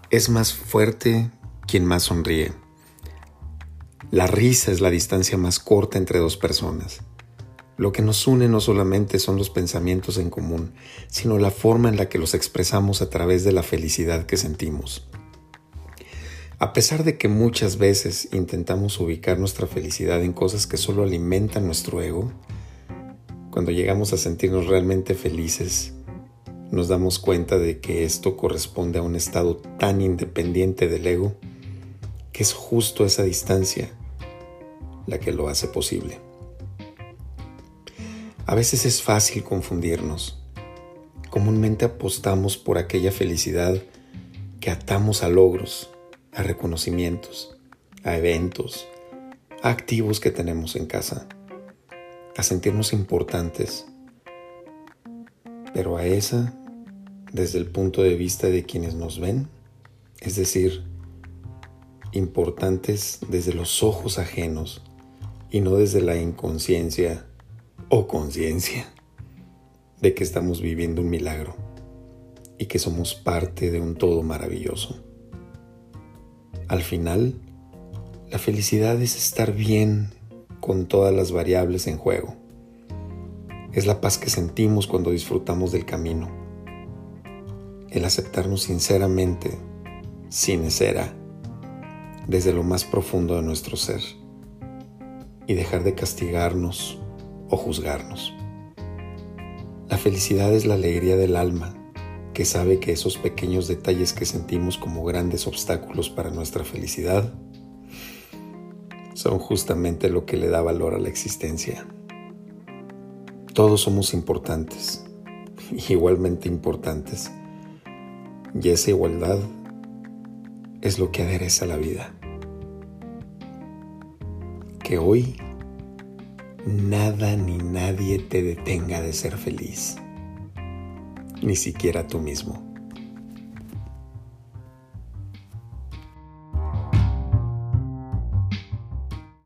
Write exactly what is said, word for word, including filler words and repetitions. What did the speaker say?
Es más fuerte quien más sonríe. La risa es la distancia más corta entre dos personas. Lo que nos une no solamente son los pensamientos en común, sino la forma en la que los expresamos a través de la felicidad que sentimos. A pesar de que muchas veces intentamos ubicar nuestra felicidad en cosas que solo alimentan nuestro ego, cuando llegamos a sentirnos realmente felices, nos damos cuenta de que esto corresponde a un estado tan independiente del ego que es justo esa distancia la que lo hace posible. A veces es fácil confundirnos. Comúnmente apostamos por aquella felicidad que atamos a logros, a reconocimientos, a eventos, a activos que tenemos en casa, a sentirnos importantes, pero a esa desde el punto de vista de quienes nos ven, es decir, importantes desde los ojos ajenos y no desde la inconsciencia o conciencia de que estamos viviendo un milagro y que somos parte de un todo maravilloso. Al final, la felicidad es estar bien con todas las variables en juego. Es la paz que sentimos cuando disfrutamos del camino. El aceptarnos sinceramente, sin cera, desde lo más profundo de nuestro ser y dejar de castigarnos o juzgarnos. La felicidad es la alegría del alma que sabe que esos pequeños detalles que sentimos como grandes obstáculos para nuestra felicidad son justamente lo que le da valor a la existencia. Todos somos importantes, igualmente importantes, y esa igualdad es lo que adereza la vida. Que hoy nada ni nadie te detenga de ser feliz, ni siquiera tú mismo.